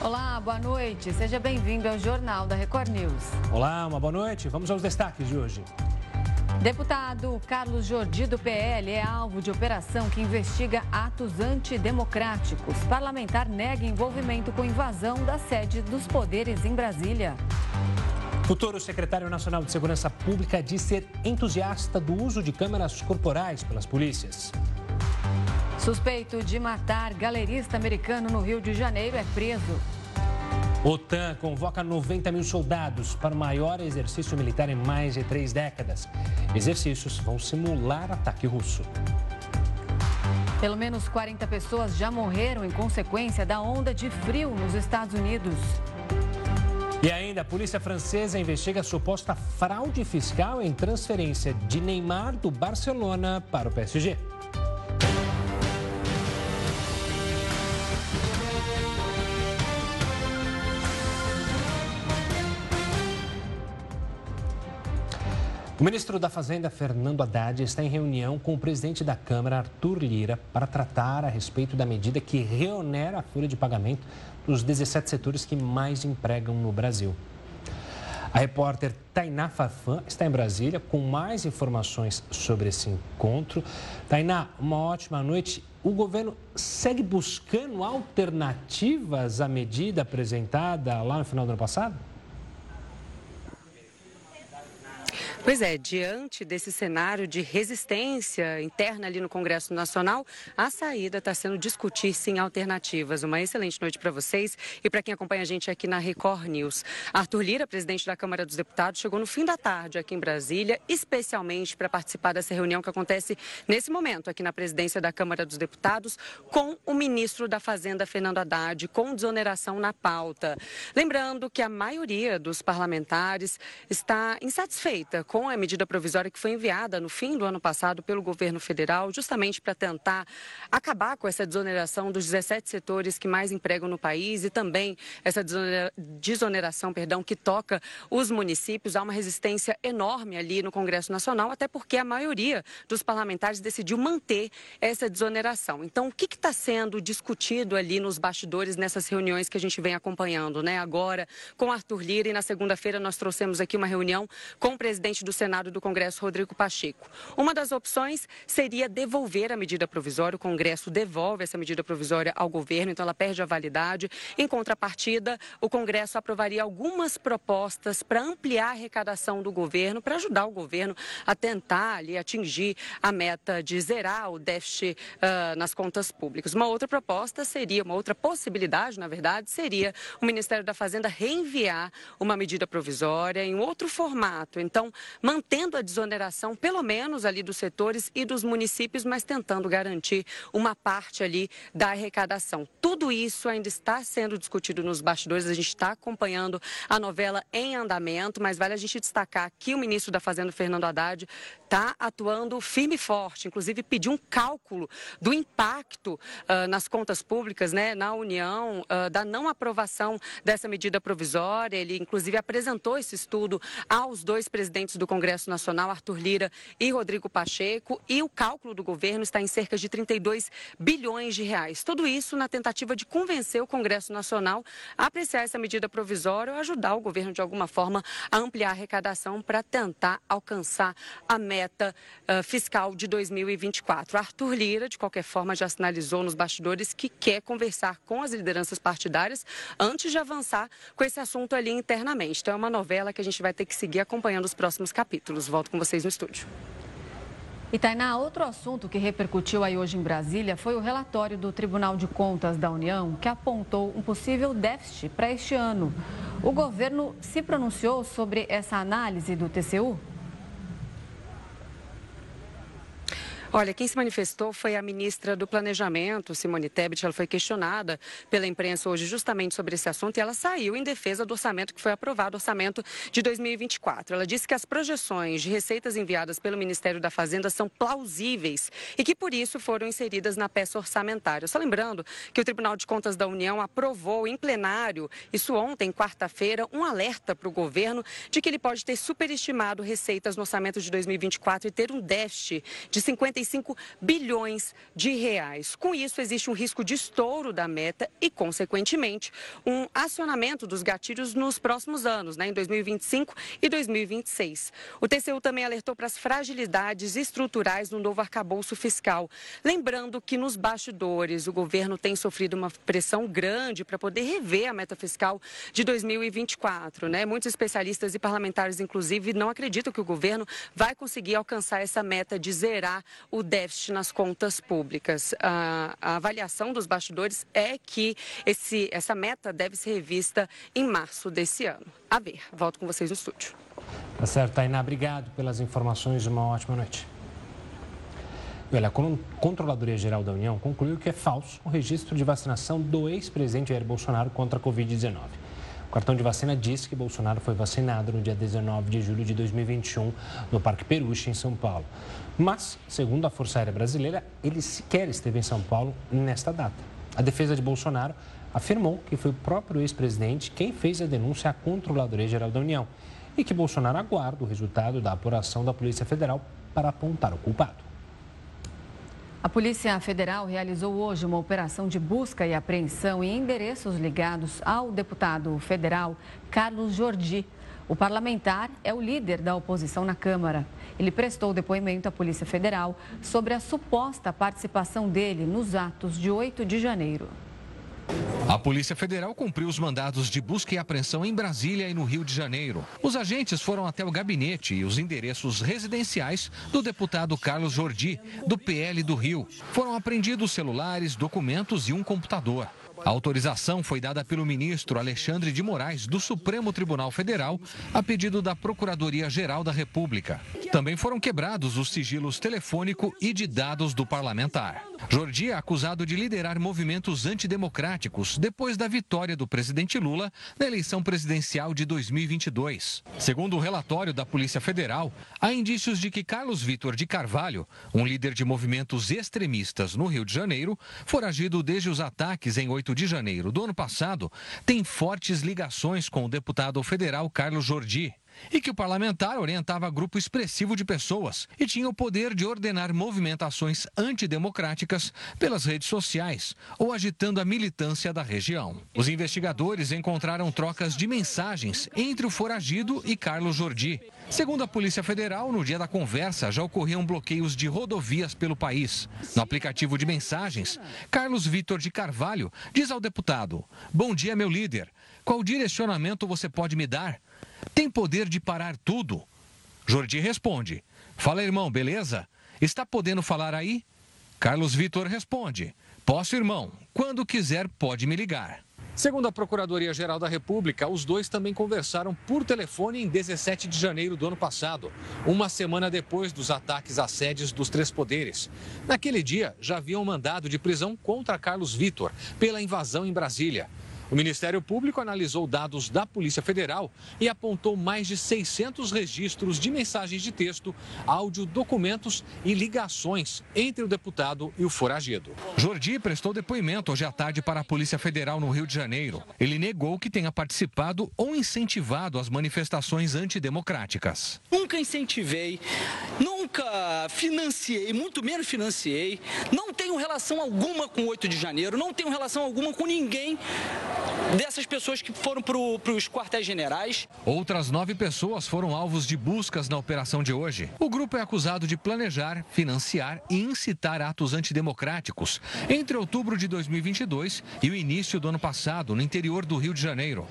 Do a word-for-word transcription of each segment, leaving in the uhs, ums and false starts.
Olá, boa noite. Seja bem-vindo ao Jornal da Record News. Olá, uma boa noite. Vamos aos destaques de hoje. Deputado Carlos Jordi, do P L, é alvo de operação que investiga atos antidemocráticos. Parlamentar nega envolvimento com invasão da sede dos poderes em Brasília. Futuro secretário nacional de Segurança Pública diz ser entusiasta do uso de câmeras corporais pelas polícias. Suspeito de matar galerista americano no Rio de Janeiro é preso. OTAN convoca noventa mil soldados para o maior exercício militar em mais de três décadas. Exercícios vão simular ataque russo. Pelo menos quarenta pessoas já morreram em consequência da onda de frio nos Estados Unidos. E ainda, a polícia francesa investiga a suposta fraude fiscal em transferência de Neymar do Barcelona para o P S G. O ministro da Fazenda, Fernando Haddad, está em reunião com o presidente da Câmara, Arthur Lira, para tratar a respeito da medida que reonera a folha de pagamento dos dezessete setores que mais empregam no Brasil. A repórter Tainá Farfan está em Brasília com mais informações sobre esse encontro. Tainá, uma ótima noite. O governo segue buscando alternativas à medida apresentada lá no final do ano passado? Pois é, diante desse cenário de resistência interna ali no Congresso Nacional, a saída está sendo discutir, sim, alternativas. Uma excelente noite para vocês e para quem acompanha a gente aqui na Record News. Arthur Lira, presidente da Câmara dos Deputados, chegou no fim da tarde aqui em Brasília, especialmente para participar dessa reunião que acontece nesse momento aqui na presidência da Câmara dos Deputados com o ministro da Fazenda, Fernando Haddad, com desoneração na pauta. Lembrando que a maioria dos parlamentares está insatisfeita com a medida provisória que foi enviada no fim do ano passado pelo governo federal, justamente para tentar acabar com essa desoneração dos dezessete setores que mais empregam no país e também essa desonera... desoneração, perdão, que toca os municípios. Há uma resistência enorme ali no Congresso Nacional, até porque a maioria dos parlamentares decidiu manter essa desoneração. Então, o que está sendo discutido ali nos bastidores nessas reuniões que a gente vem acompanhando, né? Agora, com Arthur Lira, e na segunda-feira nós trouxemos aqui uma reunião com o presidente do Senado e do Congresso, Rodrigo Pacheco. Uma das opções seria devolver a medida provisória. O Congresso devolve essa medida provisória ao governo, então ela perde a validade. Em contrapartida, o Congresso aprovaria algumas propostas para ampliar a arrecadação do governo, para ajudar o governo a tentar ali, atingir a meta de zerar o déficit uh, nas contas públicas. Uma outra proposta seria, uma outra possibilidade, na verdade, seria o Ministério da Fazenda reenviar uma medida provisória em outro formato. Então, mantendo a desoneração, pelo menos ali dos setores e dos municípios, mas tentando garantir uma parte ali da arrecadação. Tudo isso ainda está sendo discutido nos bastidores, a gente está acompanhando a novela em andamento, mas vale a gente destacar que o ministro da Fazenda, Fernando Haddad, está atuando firme e forte, inclusive pediu um cálculo do impacto uh, nas contas públicas, né, na União, uh, da não aprovação dessa medida provisória. Ele, inclusive, apresentou esse estudo aos dois presidentes do Congresso Nacional, Arthur Lira e Rodrigo Pacheco, e o cálculo do governo está em cerca de trinta e dois bilhões de reais. Tudo isso na tentativa de convencer o Congresso Nacional a apreciar essa medida provisória ou ajudar o governo, de alguma forma, a ampliar a arrecadação para tentar alcançar a meta uh, fiscal de dois mil e vinte e quatro. Arthur Lira, de qualquer forma, já sinalizou nos bastidores que quer conversar com as lideranças partidárias antes de avançar com esse assunto ali internamente. Então é uma novela que a gente vai ter que seguir acompanhando os próximos capítulos. Volto com vocês no estúdio. E Tainá, outro assunto que repercutiu aí hoje em Brasília foi o relatório do Tribunal de Contas da União, que apontou um possível déficit para este ano. O governo se pronunciou sobre essa análise do T C U? Olha, quem se manifestou foi a ministra do Planejamento, Simone Tebet. Ela foi questionada pela imprensa hoje justamente sobre esse assunto e ela saiu em defesa do orçamento que foi aprovado, o orçamento de dois mil e vinte e quatro. Ela disse que as projeções de receitas enviadas pelo Ministério da Fazenda são plausíveis e que, por isso, foram inseridas na peça orçamentária. Só lembrando que o Tribunal de Contas da União aprovou em plenário, isso ontem, quarta-feira, um alerta para o governo de que ele pode ter superestimado receitas no orçamento de dois mil e vinte e quatro e ter um déficit de cinquenta e e cinco bilhões de reais. Com isso, existe um risco de estouro da meta e, consequentemente, um acionamento dos gatilhos nos próximos anos, né, em dois mil e vinte e cinco e dois mil e vinte e seis. O T C U também alertou para as fragilidades estruturais no novo arcabouço fiscal. Lembrando que nos bastidores o governo tem sofrido uma pressão grande para poder rever a meta fiscal de dois mil e vinte e quatro. Né? Muitos especialistas e parlamentares, inclusive, não acreditam que o governo vai conseguir alcançar essa meta de zerar o déficit nas contas públicas. A, a avaliação dos bastidores é que esse, essa meta deve ser revista em março desse ano. A ver, volto com vocês no estúdio. Tá certo, Tainá. Obrigado pelas informações. Uma ótima noite. E olha, a Controladoria Geral da União concluiu que é falso o registro de vacinação do ex-presidente Jair Bolsonaro contra a covid dezenove. O cartão de vacina diz que Bolsonaro foi vacinado no dia dezenove de julho de dois mil e vinte e um, no Parque Peruche, em São Paulo. Mas, segundo a Força Aérea Brasileira, ele sequer esteve em São Paulo nesta data. A defesa de Bolsonaro afirmou que foi o próprio ex-presidente quem fez a denúncia à Controladoria Geral da União e que Bolsonaro aguarda o resultado da apuração da Polícia Federal para apontar o culpado. A Polícia Federal realizou hoje uma operação de busca e apreensão em endereços ligados ao deputado federal Carlos Jordi. O parlamentar é o líder da oposição na Câmara. Ele prestou depoimento à Polícia Federal sobre a suposta participação dele nos atos de oito de janeiro. A Polícia Federal cumpriu os mandados de busca e apreensão em Brasília e no Rio de Janeiro. Os agentes foram até o gabinete e os endereços residenciais do deputado Carlos Jordi, do P L do Rio. Foram apreendidos celulares, documentos e um computador. A autorização foi dada pelo ministro Alexandre de Moraes, do Supremo Tribunal Federal, a pedido da Procuradoria-Geral da República. Também foram quebrados os sigilos telefônico e de dados do parlamentar. Jordi é acusado de liderar movimentos antidemocráticos depois da vitória do presidente Lula na eleição presidencial de dois mil e vinte e dois. Segundo o relatório da Polícia Federal, há indícios de que Carlos Vitor de Carvalho, um líder de movimentos extremistas no Rio de Janeiro, foragido desde os ataques em oito de janeiro do ano passado, tem fortes ligações com o deputado federal Carlos Jordi. E que o parlamentar orientava grupo expressivo de pessoas e tinha o poder de ordenar movimentações antidemocráticas pelas redes sociais ou agitando a militância da região. Os investigadores encontraram trocas de mensagens entre o foragido e Carlos Jordi. Segundo a Polícia Federal, no dia da conversa já ocorriam bloqueios de rodovias pelo país. No aplicativo de mensagens, Carlos Vitor de Carvalho diz ao deputado: "Bom dia, meu líder. Qual direcionamento você pode me dar? Tem poder de parar tudo?" Jordi responde: "Fala, irmão, beleza? Está podendo falar aí?" Carlos Vitor responde: "Posso, irmão. Quando quiser, pode me ligar." Segundo a Procuradoria-Geral da República, os dois também conversaram por telefone em dezessete de janeiro do ano passado, uma semana depois dos ataques às sedes dos três poderes. Naquele dia, já havia um mandado de prisão contra Carlos Vitor pela invasão em Brasília. O Ministério Público analisou dados da Polícia Federal e apontou mais de seiscentos registros de mensagens de texto, áudio, documentos e ligações entre o deputado e o foragido. Jordi prestou depoimento hoje à tarde para a Polícia Federal no Rio de Janeiro. Ele negou que tenha participado ou incentivado as manifestações antidemocráticas. Nunca incentivei, nunca financiei, muito menos financiei, não tenho relação alguma com o oito de janeiro, não tenho relação alguma com ninguém dessas pessoas que foram para os quartéis generais. Outras nove pessoas foram alvos de buscas na operação de hoje. O grupo é acusado de planejar, financiar e incitar atos antidemocráticos entre outubro de dois mil e vinte e dois e o início do ano passado, no interior do Rio de Janeiro.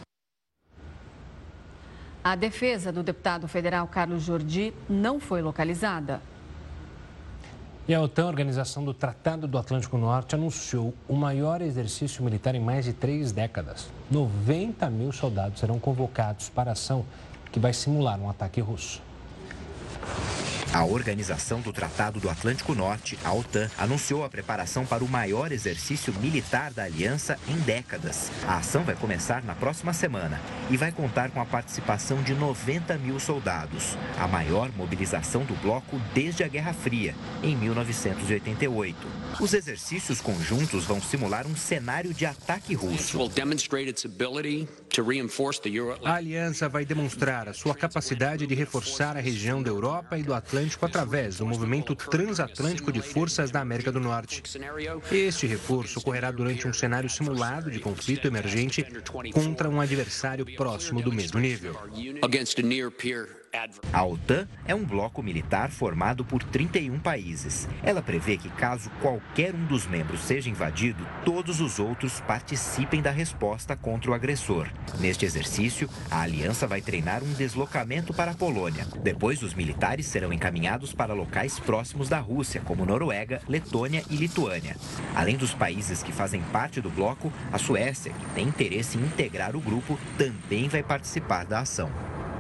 A defesa do deputado federal Carlos Jordi não foi localizada. E a OTAN, Organização do Tratado do Atlântico Norte, anunciou o maior exercício militar em mais de três décadas. noventa mil soldados serão convocados para a ação que vai simular um ataque russo. A Organização do Tratado do Atlântico Norte, a OTAN, anunciou a preparação para o maior exercício militar da aliança em décadas. A ação vai começar na próxima semana e vai contar com a participação de noventa mil soldados, a maior mobilização do bloco desde a Guerra Fria, em mil novecentos e oitenta e oito. Os exercícios conjuntos vão simular um cenário de ataque russo. A aliança vai demonstrar a sua capacidade de reforçar a região da Europa e do Atlântico através do movimento transatlântico de forças da América do Norte. Este reforço ocorrerá durante um cenário simulado de conflito emergente contra um adversário próximo do mesmo nível. A OTAN é um bloco militar formado por trinta e um países. Ela prevê que, caso qualquer um dos membros seja invadido, todos os outros participem da resposta contra o agressor. Neste exercício, a aliança vai treinar um deslocamento para a Polônia. Depois, os militares serão encaminhados para locais próximos da Rússia, como Noruega, Letônia e Lituânia. Além dos países que fazem parte do bloco, a Suécia, que tem interesse em integrar o grupo, também vai participar da ação.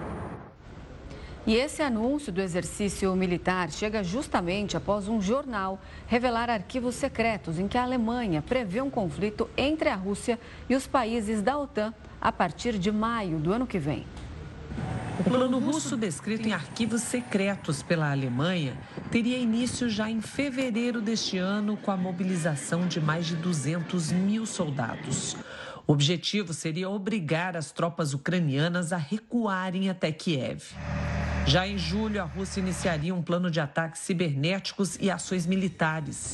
E esse anúncio do exercício militar chega justamente após um jornal revelar arquivos secretos em que a Alemanha prevê um conflito entre a Rússia e os países da OTAN a partir de maio do ano que vem. O plano russo, descrito em arquivos secretos pela Alemanha, teria início já em fevereiro deste ano, com a mobilização de mais de duzentos mil soldados. O objetivo seria obrigar as tropas ucranianas a recuarem até Kiev. Já em julho, a Rússia iniciaria um plano de ataques cibernéticos e ações militares.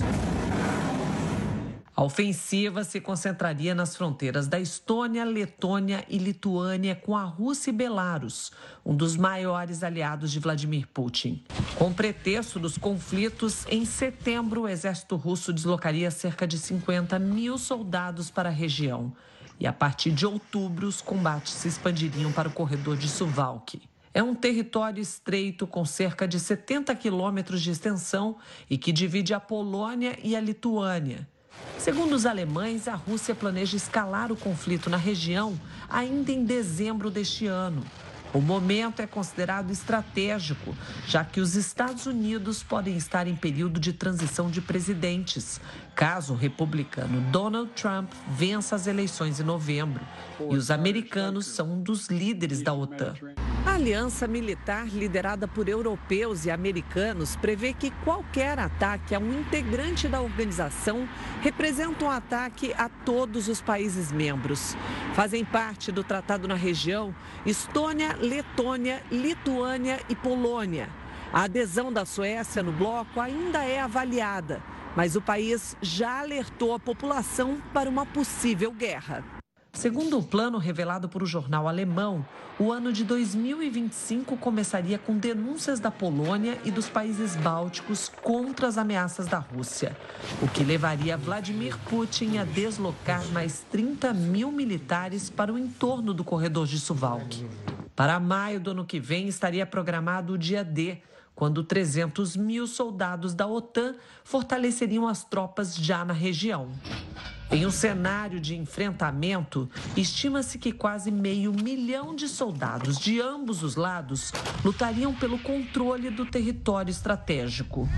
A ofensiva se concentraria nas fronteiras da Estônia, Letônia e Lituânia com a Rússia e Belarus, um dos maiores aliados de Vladimir Putin. Com o pretexto dos conflitos, em setembro, o exército russo deslocaria cerca de cinquenta mil soldados para a região. E a partir de outubro, os combates se expandiriam para o corredor de Suwałki. É um território estreito com cerca de setenta quilômetros de extensão e que divide a Polônia e a Lituânia. Segundo os alemães, a Rússia planeja escalar o conflito na região ainda em dezembro deste ano. O momento é considerado estratégico, já que os Estados Unidos podem estar em período de transição de presidentes, caso o republicano Donald Trump vença as eleições em novembro. E os americanos são um dos líderes da OTAN. A aliança militar liderada por europeus e americanos prevê que qualquer ataque a um integrante da organização representa um ataque a todos os países membros. Fazem parte do tratado na região Estônia, Letônia, Lituânia e Polônia. A adesão da Suécia no bloco ainda é avaliada, mas o país já alertou a população para uma possível guerra. Segundo o plano revelado por o jornal alemão, o ano de dois mil e vinte e cinco começaria com denúncias da Polônia e dos países bálticos contra as ameaças da Rússia, o que levaria Vladimir Putin a deslocar mais trinta mil militares para o entorno do corredor de Suwałki. Para maio do ano que vem estaria programado o dia D, quando trezentos mil soldados da OTAN fortaleceriam as tropas já na região. Em um cenário de enfrentamento, estima-se que quase meio milhão de soldados de ambos os lados lutariam pelo controle do território estratégico.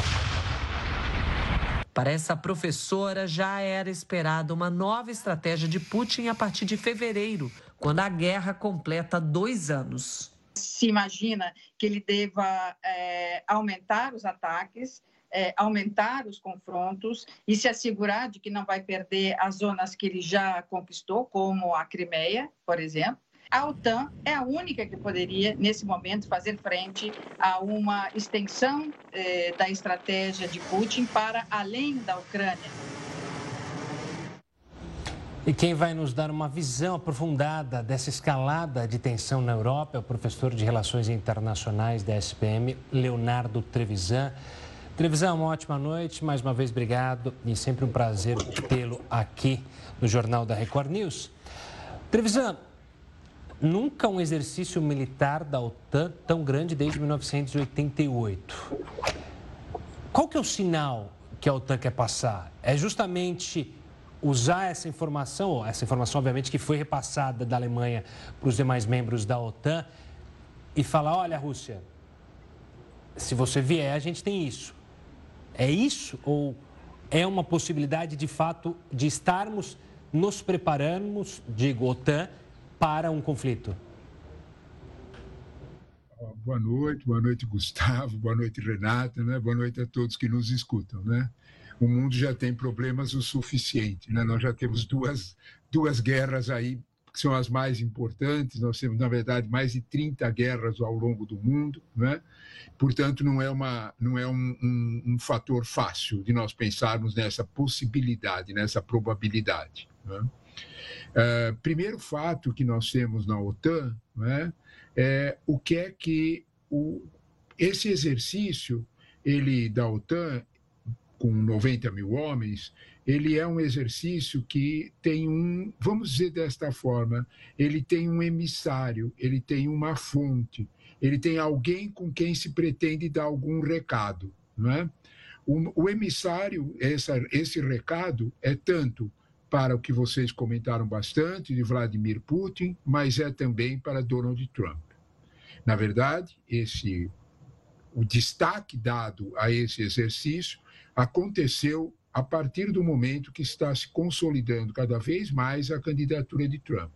Para essa professora, já era esperada uma nova estratégia de Putin a partir de fevereiro, quando a guerra completa dois anos. Se imagina que ele deva é, aumentar os ataques, É, aumentar os confrontos e se assegurar de que não vai perder as zonas que ele já conquistou, como a Crimeia, por exemplo. A OTAN é a única que poderia, nesse momento, fazer frente a uma extensão eh, da estratégia de Putin para além da Ucrânia. E quem vai nos dar uma visão aprofundada dessa escalada de tensão na Europa é o professor de Relações Internacionais da S P M, Leonardo Trevisan. Trevisan, uma ótima noite, mais uma vez obrigado e sempre um prazer tê-lo aqui no Jornal da Record News. Trevisan, nunca um exercício militar da OTAN tão grande desde mil novecentos e oitenta e oito. Qual que é o sinal que a OTAN quer passar? É justamente usar essa informação, essa informação obviamente que foi repassada da Alemanha para os demais membros da OTAN e falar, olha, Rússia, se você vier, a gente tem isso. É isso ou é uma possibilidade, de fato, de estarmos nos preparando, digo, OTAN, para um conflito? Boa noite, boa noite, Gustavo, boa noite, Renata, né? Boa noite a todos que nos escutam, né? O mundo já tem problemas o suficiente, né? Nós já temos duas, duas guerras aí que são as mais importantes. Nós temos, na verdade, mais de trinta guerras ao longo do mundo, né? Portanto, não é, uma, não é um, um, um fator fácil de nós pensarmos nessa possibilidade, nessa probabilidade, né? Uh, primeiro fato que nós temos na OTAN, né, é o que é que o, esse exercício ele, da OTAN, com noventa mil homens, ele é um exercício que tem um, vamos dizer desta forma, ele tem um emissário, ele tem uma fonte, ele tem alguém com quem se pretende dar algum recado, não é? O, o emissário, essa, esse recado é tanto para o que vocês comentaram bastante, de Vladimir Putin, mas é também para Donald Trump. Na verdade, esse, o destaque dado a esse exercício aconteceu a partir do momento que está se consolidando cada vez mais a candidatura de Trump.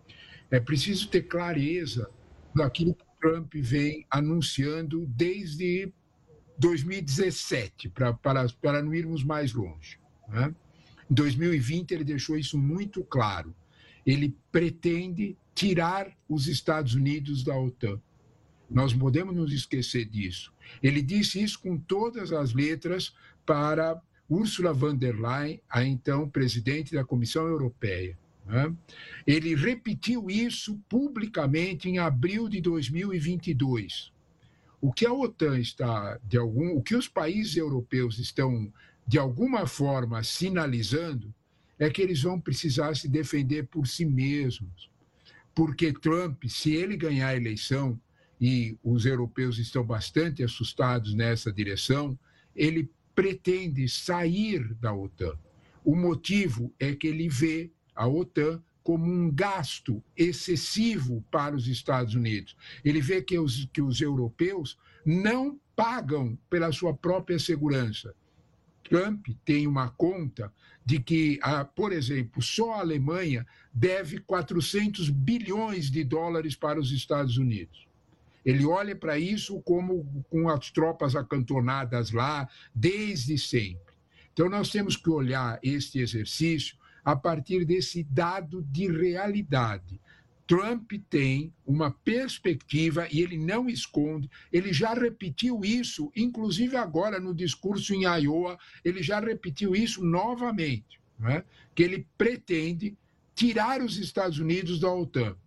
É preciso ter clareza daquilo que Trump vem anunciando desde dois mil e dezessete, para, para, para não irmos mais longe, né? Em dois mil e vinte, ele deixou isso muito claro. Ele pretende tirar os Estados Unidos da OTAN. Nós não podemos nos esquecer disso. Ele disse isso com todas as letras para Ursula von der Leyen, a então presidente da Comissão Europeia, né? Ele repetiu isso publicamente em abril de dois mil e vinte e dois. O que a OTAN está, de algum, o que os países europeus estão, de alguma forma, sinalizando, é que eles vão precisar se defender por si mesmos. Porque Trump, se ele ganhar a eleição, e os europeus estão bastante assustados nessa direção, ele pretende sair da OTAN. O motivo é que ele vê a OTAN como um gasto excessivo para os Estados Unidos. Ele vê que os, que os europeus não pagam pela sua própria segurança. Trump tem uma conta de que, por exemplo, só a Alemanha deve quatrocentos bilhões de dólares para os Estados Unidos. Ele olha para isso como com as tropas acantonadas lá desde sempre. Então, nós temos que olhar este exercício a partir desse dado de realidade. Trump tem uma perspectiva, e ele não esconde, ele já repetiu isso, inclusive agora no discurso em Iowa, ele já repetiu isso novamente, não é? Que ele pretende tirar os Estados Unidos da OTAN.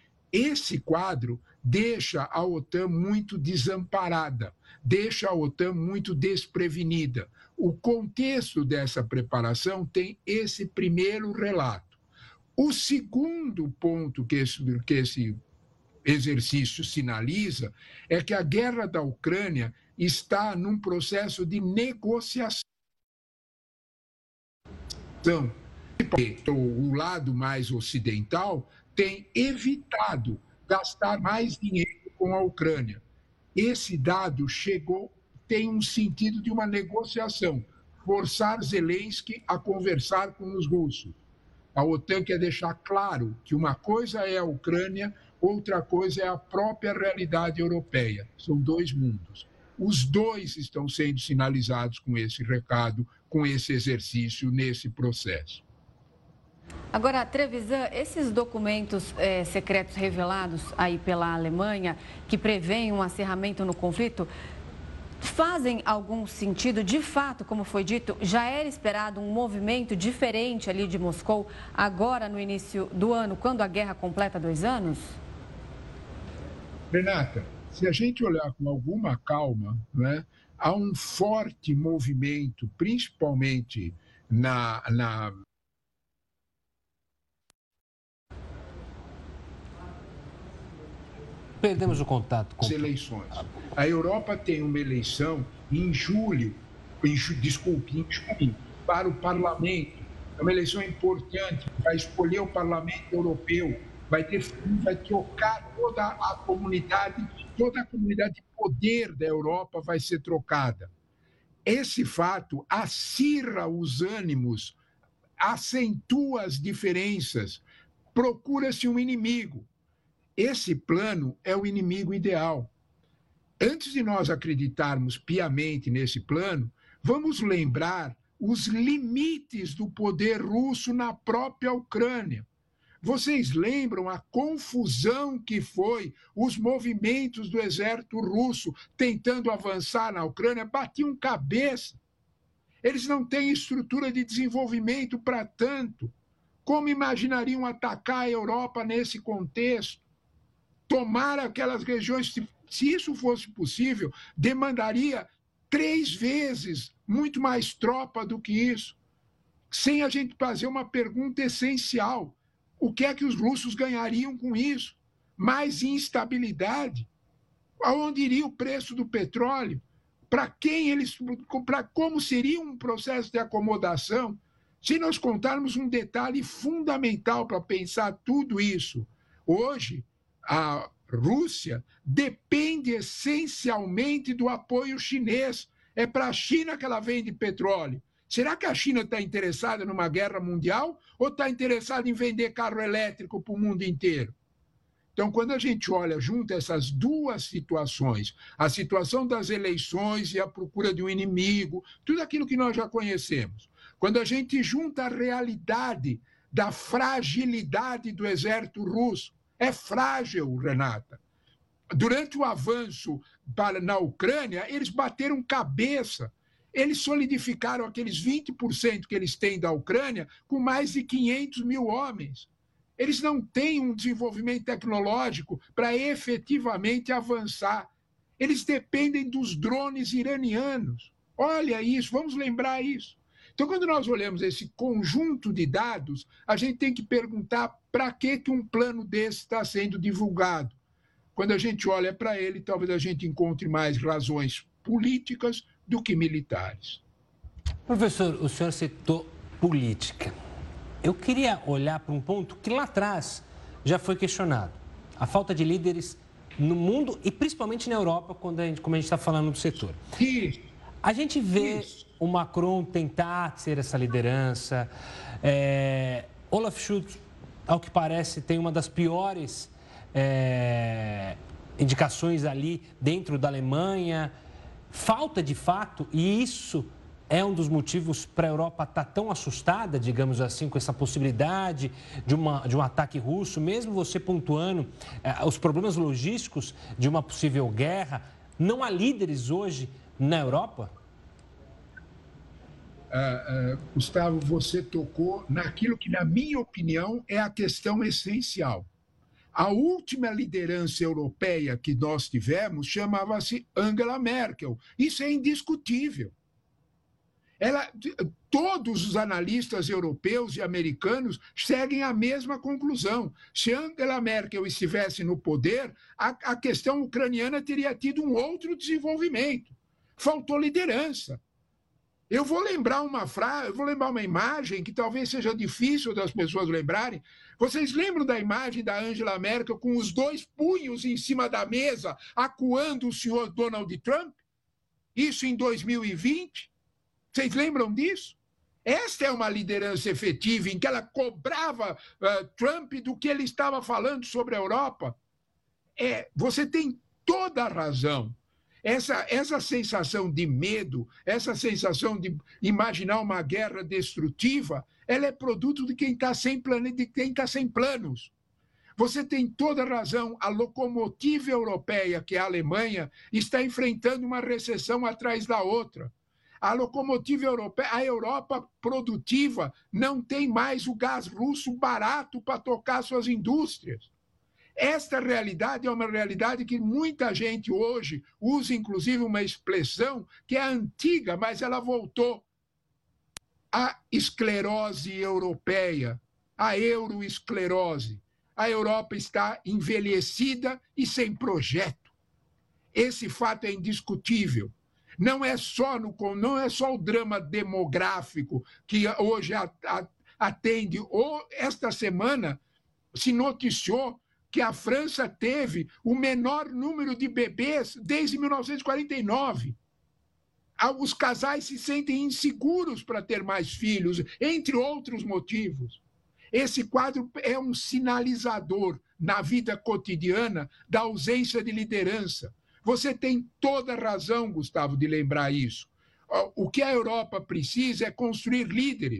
Esse quadro deixa a OTAN muito desamparada, deixa a OTAN muito desprevenida. O contexto dessa preparação tem esse primeiro relato. O segundo ponto que esse, que esse exercício sinaliza é que a guerra da Ucrânia está num processo de negociação. O lado mais ocidental tem evitado gastar mais dinheiro com a Ucrânia. Esse dado chegou, tem um sentido de uma negociação, forçar Zelensky a conversar com os russos. A OTAN quer deixar claro que uma coisa é a Ucrânia, outra coisa é a própria realidade europeia. São dois mundos. Os dois estão sendo sinalizados com esse recado, com esse exercício, nesse processo. Agora, Trevisan, esses documentos é, secretos revelados aí pela Alemanha, que prevêem um acerramento no conflito, fazem algum sentido? De fato, como foi dito, já era esperado um movimento diferente ali de Moscou, agora no início do ano, quando a guerra completa dois anos? Renata, se a gente olhar com alguma calma, né, há um forte movimento, principalmente na... na... Perdemos o contato com as eleições. A Europa tem uma eleição em julho, em, desculpe, em junho, para o parlamento. É uma eleição importante, vai escolher o parlamento europeu, vai ter, vai trocar toda a comunidade, toda a comunidade de poder da Europa vai ser trocada. Esse fato acirra os ânimos, acentua as diferenças, procura-se um inimigo. Esse plano é o inimigo ideal. Antes de nós acreditarmos piamente nesse plano, vamos lembrar os limites do poder russo na própria Ucrânia. Vocês lembram a confusão que foi os movimentos do exército russo tentando avançar na Ucrânia? Batiam cabeça. Eles não têm estrutura de desenvolvimento para tanto. Como imaginariam atacar a Europa nesse contexto? Tomar aquelas regiões, se isso fosse possível, demandaria três vezes muito mais tropa do que isso, sem a gente fazer uma pergunta essencial. O que é que os russos ganhariam com isso? Mais instabilidade? Aonde iria o preço do petróleo? Para quem eles, para como seria um processo de acomodação? Se nós contarmos um detalhe fundamental para pensar tudo isso, hoje a Rússia depende essencialmente do apoio chinês. É para a China que ela vende petróleo. Será que a China está interessada numa guerra mundial ou está interessada em vender carro elétrico para o mundo inteiro? Então, quando a gente olha junto essas duas situações, a situação das eleições e a procura de um inimigo, tudo aquilo que nós já conhecemos, quando a gente junta a realidade da fragilidade do exército russo, é frágil, Renata. Durante o avanço para, na Ucrânia, eles bateram cabeça. Eles solidificaram aqueles vinte por cento que eles têm da Ucrânia com mais de quinhentos mil homens. Eles não têm um desenvolvimento tecnológico para efetivamente avançar. Eles dependem dos drones iranianos. Olha isso, vamos lembrar isso. Então, quando nós olhamos esse conjunto de dados, a gente tem que perguntar para que, que um plano desse está sendo divulgado. Quando a gente olha para ele, talvez a gente encontre mais razões políticas do que militares. Professor, o senhor citou política. Eu queria olhar para um ponto que lá atrás já foi questionado. A falta de líderes no mundo e principalmente na Europa, quando a gente, como a gente está falando do setor. Isso. A gente vê Isso. o Macron tentar ser essa liderança. É, Olaf Scholz, ao que parece, tem uma das piores é, indicações ali dentro da Alemanha. Falta de fato, e isso é um dos motivos para a Europa estar tão assustada, digamos assim, com essa possibilidade de, uma, de um ataque russo, mesmo você pontuando é, os problemas logísticos de uma possível guerra. Não há líderes hoje na Europa? Uh, uh, Gustavo, você tocou naquilo que, na minha opinião, é a questão essencial. A última liderança europeia que nós tivemos chamava-se Angela Merkel. Isso é indiscutível. Ela, todos os analistas europeus e americanos seguem a mesma conclusão. Se Angela Merkel estivesse no poder, a, a questão ucraniana teria tido um outro desenvolvimento. Faltou liderança. Eu vou lembrar uma frase, eu vou lembrar uma imagem que talvez seja difícil das pessoas lembrarem. Vocês lembram da imagem da Angela Merkel com os dois punhos em cima da mesa, acuando o senhor Donald Trump? Isso em dois mil e vinte? Vocês lembram disso? Esta é uma liderança efetiva em que ela cobrava uh, Trump do que ele estava falando sobre a Europa. É, você tem toda a razão. Essa, essa sensação de medo, essa sensação de imaginar uma guerra destrutiva, ela é produto de quem está sem plano, de quem está sem planos. Você tem toda a razão, a locomotiva europeia, que é a Alemanha, está enfrentando uma recessão atrás da outra. A locomotiva europeia, a Europa produtiva, não tem mais o gás russo barato para tocar suas indústrias. Esta realidade é uma realidade que muita gente hoje usa, inclusive, uma expressão que é antiga, mas ela voltou. A esclerose europeia, a euroesclerose. A Europa está envelhecida e sem projeto. Esse fato é indiscutível. Não é só, no, não é só o drama demográfico que hoje atende. Ou esta semana se noticiou que a França teve o menor número de bebês desde mil novecentos e quarenta e nove. Os casais se sentem inseguros para ter mais filhos, entre outros motivos. Esse quadro é um sinalizador na vida cotidiana da ausência de liderança. Você tem toda a razão, Gustavo, de lembrar isso. O que a Europa precisa é construir líderes.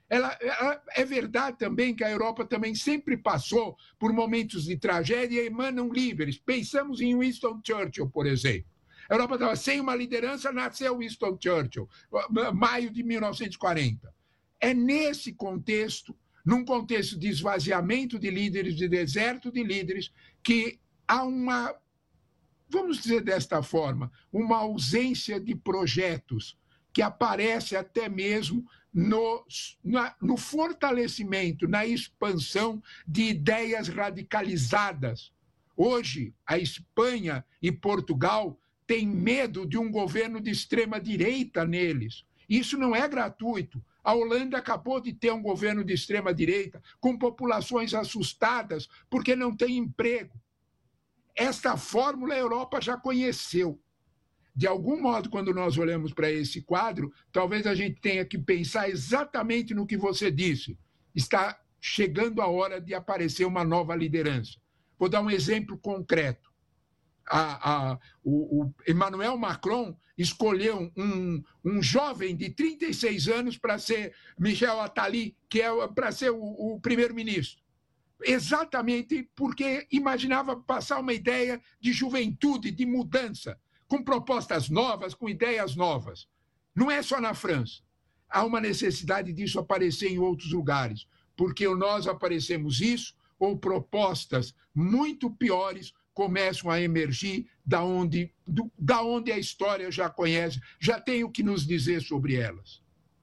Ela, ela, é verdade também que a Europa também sempre passou por momentos de tragédia e emanam líderes. Pensamos em Winston Churchill, por exemplo. A Europa estava sem uma liderança, nasceu Winston Churchill, maio de mil novecentos e quarenta. É nesse contexto, num contexto de esvaziamento de líderes, de deserto de líderes, que há uma, vamos dizer desta forma, uma ausência de projetos que aparece até mesmo no, na, no fortalecimento, na expansão de ideias radicalizadas. Hoje, a Espanha e Portugal têm medo de um governo de extrema-direita neles. Isso não é gratuito. A Holanda acabou de ter um governo de extrema-direita, com populações assustadas porque não tem emprego. Esta fórmula a Europa já conheceu. De algum modo, quando nós olhamos para esse quadro, talvez a gente tenha que pensar exatamente no que você disse. Está chegando a hora de aparecer uma nova liderança. Vou dar um exemplo concreto. A, a, o, o Emmanuel Macron escolheu um, um jovem de trinta e seis anos para ser Michel Attali, que é para ser o, o primeiro-ministro. Exatamente porque imaginava passar uma ideia de juventude, de mudança, com propostas novas, com ideias novas. Não é só na França. Há uma necessidade disso aparecer em outros lugares, porque nós aparecemos isso, ou propostas muito piores começam a emergir da onde, do, da onde a história já conhece, já tem o que nos dizer sobre elas.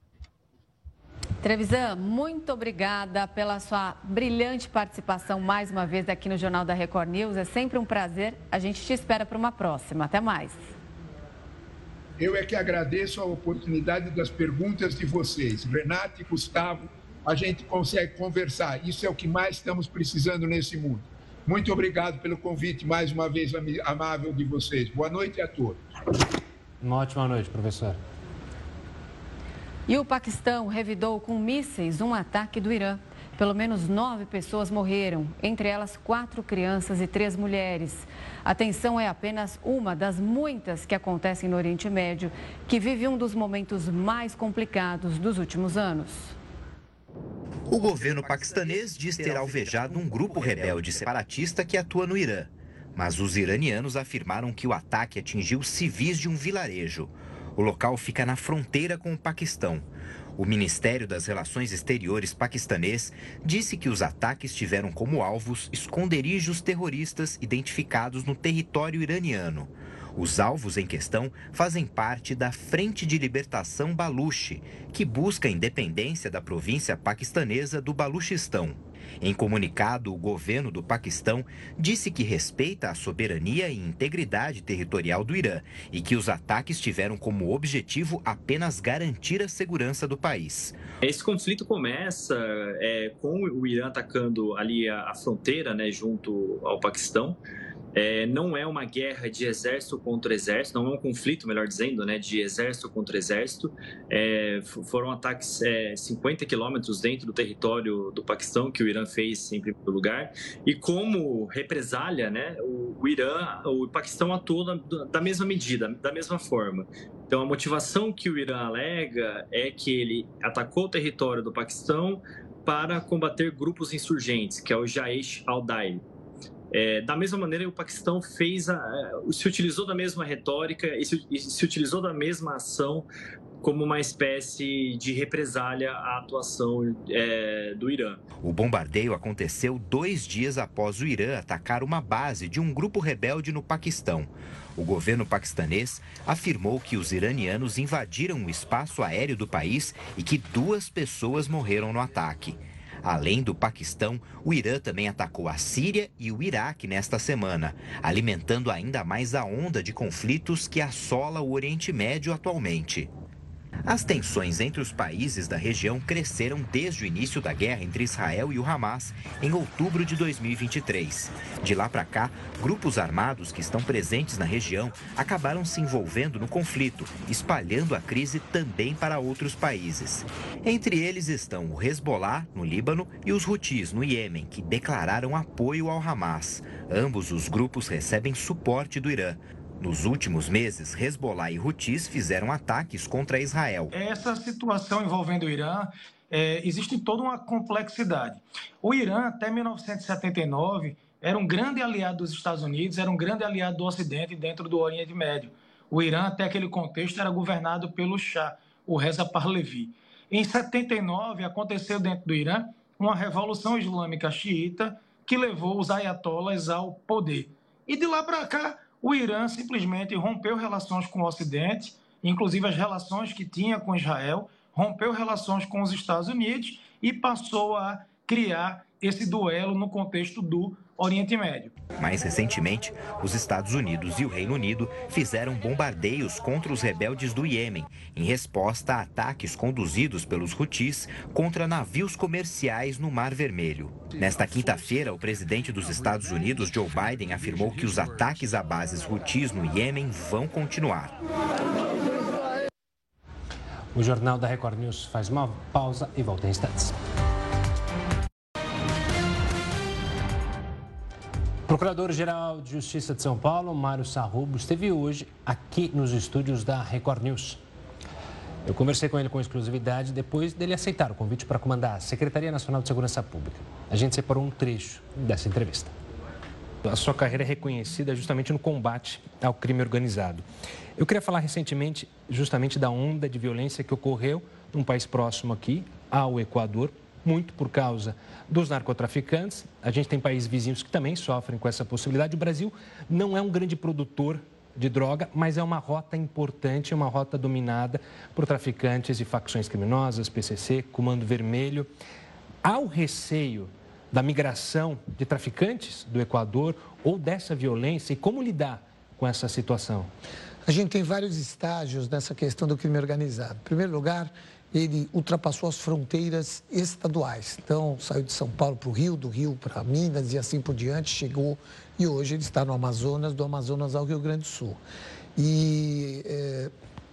Trevisan, muito obrigada pela sua brilhante participação mais uma vez aqui no Jornal da Record News. É sempre um prazer. A gente te espera para uma próxima. Até mais. Eu é que agradeço a oportunidade das perguntas de vocês. Renata e Gustavo, a gente consegue conversar. Isso é o que mais estamos precisando nesse mundo. Muito obrigado pelo convite mais uma vez amável de vocês. Boa noite a todos. Uma ótima noite, professor. E o Paquistão revidou com mísseis um ataque do Irã. Pelo menos nove pessoas morreram, entre elas quatro crianças e três mulheres. A tensão é apenas uma das muitas que acontecem no Oriente Médio, que vive um dos momentos mais complicados dos últimos anos. O governo paquistanês diz ter alvejado um grupo rebelde separatista que atua no Irã. Mas os iranianos afirmaram que o ataque atingiu civis de um vilarejo. O local fica na fronteira com o Paquistão. O Ministério das Relações Exteriores paquistanês disse que os ataques tiveram como alvos esconderijos terroristas identificados no território iraniano. Os alvos em questão fazem parte da Frente de Libertação Baluchi, que busca a independência da província paquistanesa do Baluchistão. Em comunicado, o governo do Paquistão disse que respeita a soberania e integridade territorial do Irã e que os ataques tiveram como objetivo apenas garantir a segurança do país. Esse conflito começa é, com o Irã atacando ali a, a fronteira, né, junto ao Paquistão. É, não é uma guerra de exército contra exército, não é um conflito, melhor dizendo, né, de exército contra exército. É, foram ataques é, cinquenta quilômetros dentro do território do Paquistão, que o Irã fez em primeiro lugar. E como represália, né, o, o Irã, o Paquistão atuou da, da mesma medida, da mesma forma. Então, a motivação que o Irã alega é que ele atacou o território do Paquistão para combater grupos insurgentes, que é o Jaish al-Dail. É, da mesma maneira, o Paquistão fez a, se utilizou da mesma retórica e se, e se utilizou da mesma ação como uma espécie de represália à atuação é, do Irã. O bombardeio aconteceu dois dias após o Irã atacar uma base de um grupo rebelde no Paquistão. O governo paquistanês afirmou que os iranianos invadiram o espaço aéreo do país e que duas pessoas morreram no ataque. Além do Paquistão, o Irã também atacou a Síria e o Iraque nesta semana, alimentando ainda mais a onda de conflitos que assola o Oriente Médio atualmente. As tensões entre os países da região cresceram desde o início da guerra entre Israel e o Hamas em outubro de dois mil e vinte e três. De lá para cá, grupos armados que estão presentes na região acabaram se envolvendo no conflito, espalhando a crise também para outros países. Entre eles estão o Hezbollah, no Líbano, e os Houthis, no Iêmen, que declararam apoio ao Hamas. Ambos os grupos recebem suporte do Irã. Nos últimos meses, Hezbollah e Houthis fizeram ataques contra Israel. Essa situação envolvendo o Irã é, existe toda uma complexidade. O Irã, até mil novecentos e setenta e nove, era um grande aliado dos Estados Unidos, era um grande aliado do Ocidente dentro do Oriente Médio. O Irã, até aquele contexto, era governado pelo Shah, o Reza Pahlavi. Em setenta e nove, aconteceu dentro do Irã uma revolução islâmica xiita que levou os ayatollahs ao poder. E de lá para cá, o Irã simplesmente rompeu relações com o Ocidente, inclusive as relações que tinha com Israel, rompeu relações com os Estados Unidos e passou a criar esse duelo no contexto do Oriente Médio. Mais recentemente, os Estados Unidos e o Reino Unido fizeram bombardeios contra os rebeldes do Iêmen, em resposta a ataques conduzidos pelos Houthis contra navios comerciais no Mar Vermelho. Nesta quinta-feira, o presidente dos Estados Unidos, Joe Biden, afirmou que os ataques a bases Houthis no Iêmen vão continuar. O Jornal da Record News faz uma pausa e volta em instantes. O Procurador-Geral de Justiça de São Paulo, Mário Sarrubo, esteve hoje aqui nos estúdios da Record News. Eu conversei com ele com exclusividade depois dele aceitar o convite para comandar a Secretaria Nacional de Segurança Pública. A gente separou um trecho dessa entrevista. A sua carreira é reconhecida justamente no combate ao crime organizado. Eu queria falar recentemente justamente da onda de violência que ocorreu num país próximo aqui, ao Equador, muito por causa dos narcotraficantes. A gente tem países vizinhos que também sofrem com essa possibilidade. O Brasil não é um grande produtor de droga, mas é uma rota importante, uma rota dominada por traficantes e facções criminosas, P C C, Comando Vermelho. Há o receio da migração de traficantes do Equador ou dessa violência e como lidar com essa situação? A gente tem vários estágios nessa questão do crime organizado. Em primeiro lugar, ele ultrapassou as fronteiras estaduais. Então, saiu de São Paulo para o Rio, do Rio para Minas e assim por diante, chegou e hoje ele está no Amazonas, do Amazonas ao Rio Grande do Sul. E, é,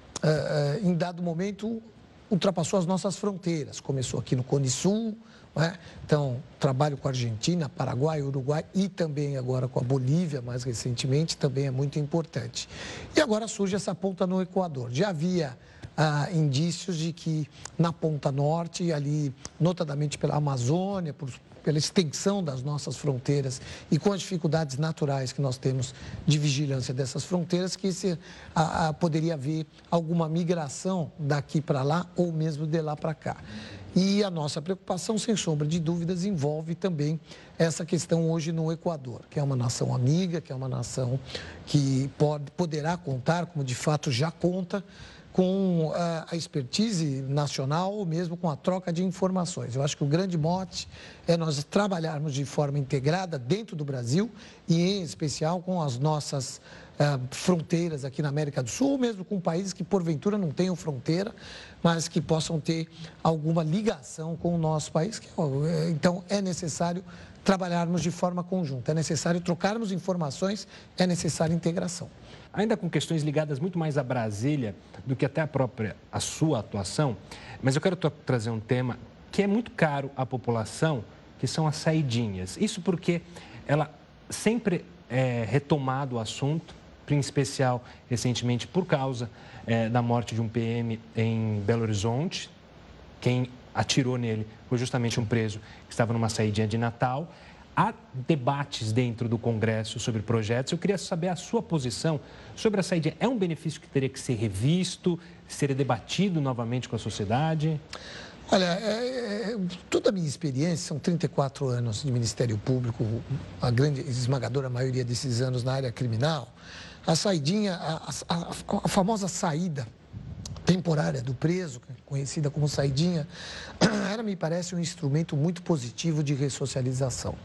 é, em dado momento, ultrapassou as nossas fronteiras. Começou aqui no Cone Sul, né? Então, trabalho com a Argentina, Paraguai, Uruguai e também agora com a Bolívia, mais recentemente, também é muito importante. E agora surge essa ponta no Equador. Já havia ah, indícios de que na ponta norte, ali, notadamente pela Amazônia, por, pela extensão das nossas fronteiras e com as dificuldades naturais que nós temos de vigilância dessas fronteiras, que se, ah, ah, poderia haver alguma migração daqui para lá ou mesmo de lá para cá. E a nossa preocupação, sem sombra de dúvidas, envolve também essa questão hoje no Equador, que é uma nação amiga, que é uma nação que pode, poderá contar, como de fato já conta, com a, a expertise nacional ou mesmo com a troca de informações. Eu acho que o grande mote é nós trabalharmos de forma integrada dentro do Brasil e, em especial, com as nossas Uh, fronteiras aqui na América do Sul, ou mesmo com países que porventura não tenham fronteira, mas que possam ter alguma ligação com o nosso país. Então, é necessário trabalharmos de forma conjunta, é necessário trocarmos informações, é necessária integração. Ainda com questões ligadas muito mais a Brasília do que até a própria a sua atuação, mas eu quero trazer um tema que é muito caro à população, que são as saidinhas. Isso porque ela sempre é retomado o assunto, em especial recentemente por causa é, da morte de um P M em Belo Horizonte. Quem atirou nele foi justamente um preso que estava numa saidinha de Natal. Há debates dentro do Congresso sobre projetos. Eu queria saber a sua posição sobre a saidinha. É um benefício que teria que ser revisto, ser debatido novamente com a sociedade? Olha, é, é, toda a minha experiência, são trinta e quatro anos de Ministério Público, a grande esmagadora maioria desses anos na área criminal, a saidinha, a, a, a famosa saída temporária do preso, conhecida como saidinha, ela me parece um instrumento muito positivo de ressocialização.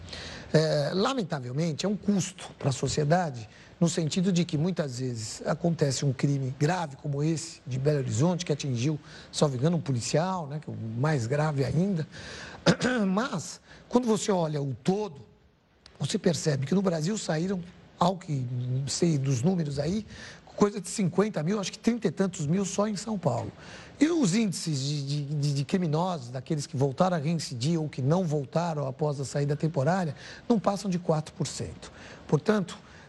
É, lamentavelmente, é um custo para a sociedade, no sentido de que muitas vezes acontece um crime grave como esse de Belo Horizonte, que atingiu, salvo engano, um policial, né, que é o mais grave ainda. Mas, quando você olha o todo, você percebe que no Brasil saíram, ao que sei dos números aí, coisa de cinquenta mil, acho que trinta e tantos mil só em São Paulo. E os índices de, de, de criminosos, daqueles que voltaram a reincidir ou que não voltaram após a saída temporária, não passam de quatro por cento. Portanto,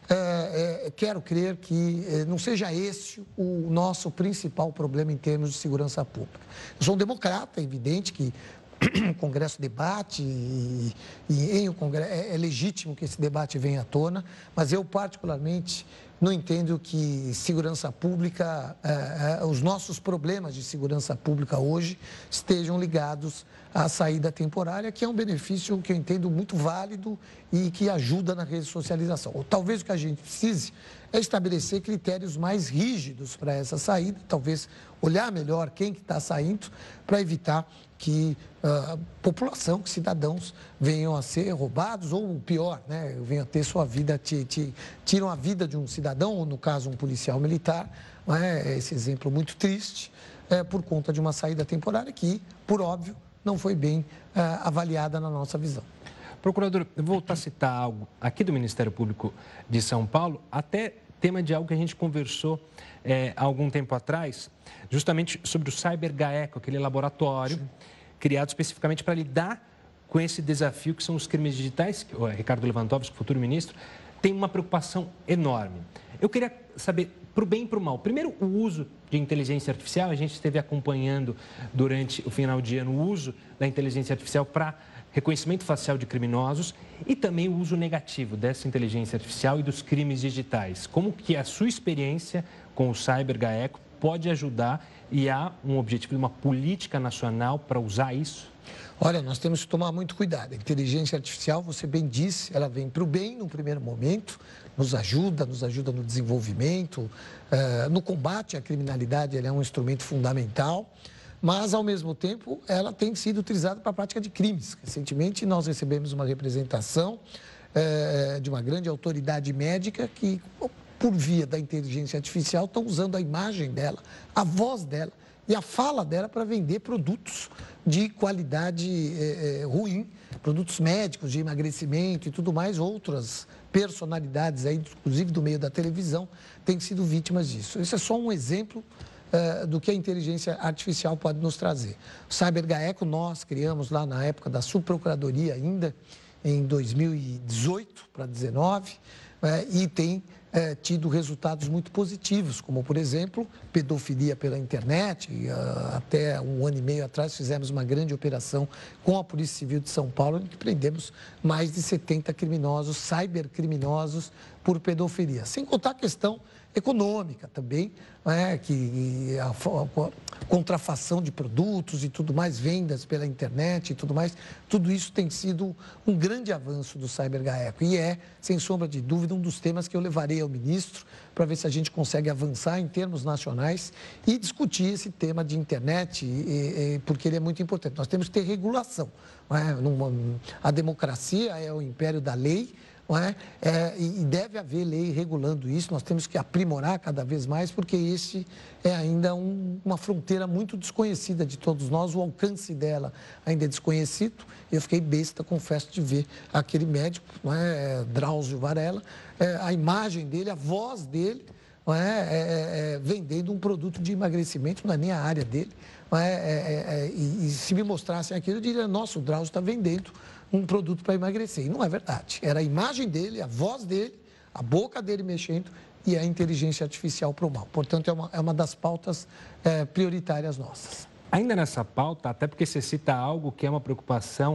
é, é, quero crer que é, não seja esse o nosso principal problema em termos de segurança pública. Eu sou um democrata, é evidente que o Congresso debate e, e em o Congresso, é, é legítimo que esse debate venha à tona, mas eu particularmente não entendo que segurança pública, é, é, os nossos problemas de segurança pública hoje estejam ligados à saída temporária, que é um benefício que eu entendo muito válido e que ajuda na ressocialização. Ou talvez o que a gente precise é estabelecer critérios mais rígidos para essa saída, talvez olhar melhor quem que está saindo para evitar que a uh, população, que cidadãos venham a ser roubados ou pior, né, venham a ter sua vida, te, te, tiram a vida de um cidadão, ou no caso um policial militar, né, esse exemplo muito triste, é, por conta de uma saída temporária que, por óbvio, não foi bem uh, avaliada na nossa visão. Procurador, eu vou voltar a citar algo aqui do Ministério Público de São Paulo, até tema de algo que a gente conversou é, há algum tempo atrás, justamente sobre o CyberGaeco, aquele laboratório Sim. criado especificamente para lidar com esse desafio que são os crimes digitais, que o Ricardo Lewandowski, futuro ministro, tem uma preocupação enorme. Eu queria saber, para o bem e para o mal, primeiro, o uso de inteligência artificial, a gente esteve acompanhando durante o final de ano o uso da inteligência artificial para reconhecimento facial de criminosos e também o uso negativo dessa inteligência artificial e dos crimes digitais. Como que a sua experiência com o CyberGaeco pode ajudar e há um objetivo de uma política nacional para usar isso? Olha, nós temos que tomar muito cuidado. A inteligência artificial, você bem disse, ela vem para o bem no primeiro momento, nos ajuda, nos ajuda no desenvolvimento, uh, no combate à criminalidade, ela é um instrumento fundamental. Mas, ao mesmo tempo, ela tem sido utilizada para a prática de crimes. Recentemente, nós recebemos uma representação é, de uma grande autoridade médica que, por via da inteligência artificial, estão usando a imagem dela, a voz dela e a fala dela para vender produtos de qualidade é, é, ruim, produtos médicos, de emagrecimento e tudo mais. Outras personalidades, aí, inclusive do meio da televisão, têm sido vítimas disso. Esse é só um exemplo Uh, do que a inteligência artificial pode nos trazer. O CyberGaeco nós criamos lá na época da Subprocuradoria ainda, em dois mil e dezoito para dezenove, uh, e tem uh, tido resultados muito positivos, como, por exemplo, pedofilia pela internet. Uh, até um ano e meio atrás fizemos uma grande operação com a Polícia Civil de São Paulo, em que prendemos mais de setenta criminosos, cybercriminosos, por pedofilia. Sem contar a questão econômica também, né, que a, a contrafação de produtos e tudo mais, vendas pela internet e tudo mais, tudo isso tem sido um grande avanço do CyberGaeco e é, sem sombra de dúvida, um dos temas que eu levarei ao ministro para ver se a gente consegue avançar em termos nacionais e discutir esse tema de internet, e, e, porque ele é muito importante. Nós temos que ter regulação. Né? Numa, a democracia é o império da lei, não é? É, e deve haver lei regulando isso, nós temos que aprimorar cada vez mais, porque esse é ainda um, uma fronteira muito desconhecida de todos nós, o alcance dela ainda é desconhecido. Eu fiquei besta, confesso, de ver aquele médico, não é? Drauzio Varela, é, a imagem dele, a voz dele, não é? É, é, vendendo um produto de emagrecimento, não é nem a área dele. Não é? É, é, e, e se me mostrassem aquilo, eu diria, nossa, o Drauzio está vendendo um produto para emagrecer. E não é verdade. Era a imagem dele, a voz dele, a boca dele mexendo e a inteligência artificial para o mal. Portanto, é uma, é uma das pautas é, prioritárias nossas. Ainda nessa pauta, até porque você cita algo que é uma preocupação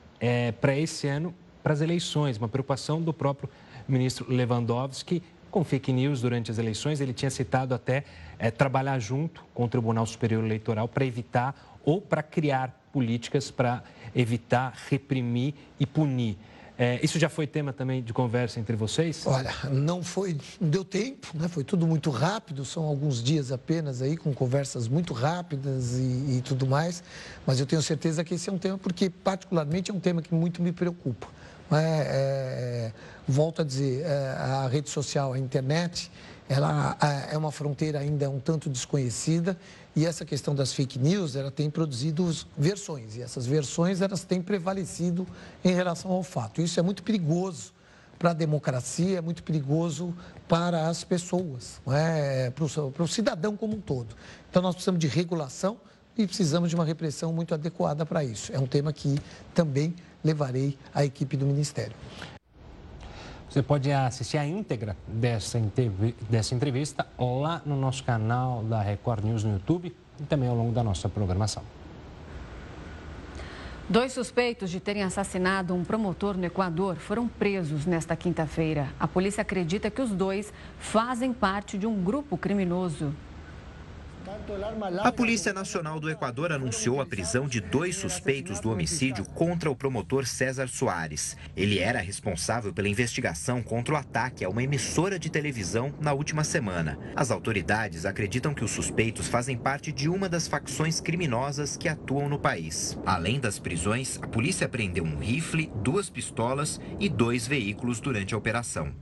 é, para esse ano, para as eleições, uma preocupação do próprio ministro Lewandowski com fake news durante as eleições. Ele tinha citado até é, trabalhar junto com o Tribunal Superior Eleitoral para evitar ou para criar políticas para evitar, reprimir e punir. É, isso já foi tema também de conversa entre vocês? Olha, não foi, não deu tempo, né? Foi tudo muito rápido, são alguns dias apenas aí com conversas muito rápidas e, e tudo mais, mas eu tenho certeza que esse é um tema, porque particularmente é um tema que muito me preocupa. É, é, volto a dizer, é, a rede social, a internet, ela é uma fronteira ainda um tanto desconhecida e essa questão das fake news, ela tem produzido versões e essas versões, elas têm prevalecido em relação ao fato. Isso é muito perigoso para a democracia, é muito perigoso para as pessoas, não é? para, o, para o cidadão como um todo. Então, nós precisamos de regulação e precisamos de uma repressão muito adequada para isso. É um tema que também levarei à equipe do Ministério. Você pode assistir a íntegra dessa, dessa entrevista lá no nosso canal da Record News no YouTube e também ao longo da nossa programação. Dois suspeitos de terem assassinado um promotor no Equador foram presos nesta quinta-feira. A polícia acredita que os dois fazem parte de um grupo criminoso. A Polícia Nacional do Equador anunciou a prisão de dois suspeitos do homicídio contra o promotor César Soares. Ele era responsável pela investigação contra o ataque a uma emissora de televisão na última semana. As autoridades acreditam que os suspeitos fazem parte de uma das facções criminosas que atuam no país. Além das prisões, a polícia apreendeu um rifle, duas pistolas e dois veículos durante a operação.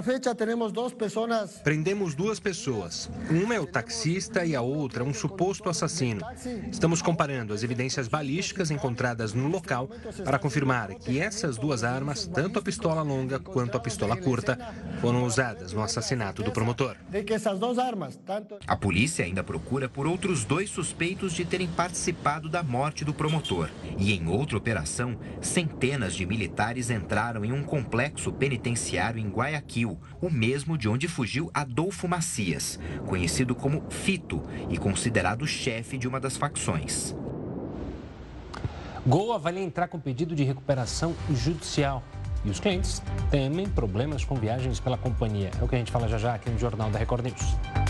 Prendemos duas pessoas. Uma é o taxista e a outra outra um suposto assassino. Estamos comparando as evidências balísticas encontradas no local para confirmar que essas duas armas, tanto a pistola longa quanto a pistola curta, foram usadas no assassinato do promotor. A polícia ainda procura por outros dois suspeitos de terem participado da morte do promotor. E em outra operação, centenas de militares entraram em um complexo penitenciário em Guayaquil, o mesmo de onde fugiu Adolfo Macias, conhecido como Fito e considerado chefe de uma das facções. Gol avalia entrar com pedido de recuperação judicial. E os clientes temem problemas com viagens pela companhia. É o que a gente fala já já aqui no Jornal da Record News.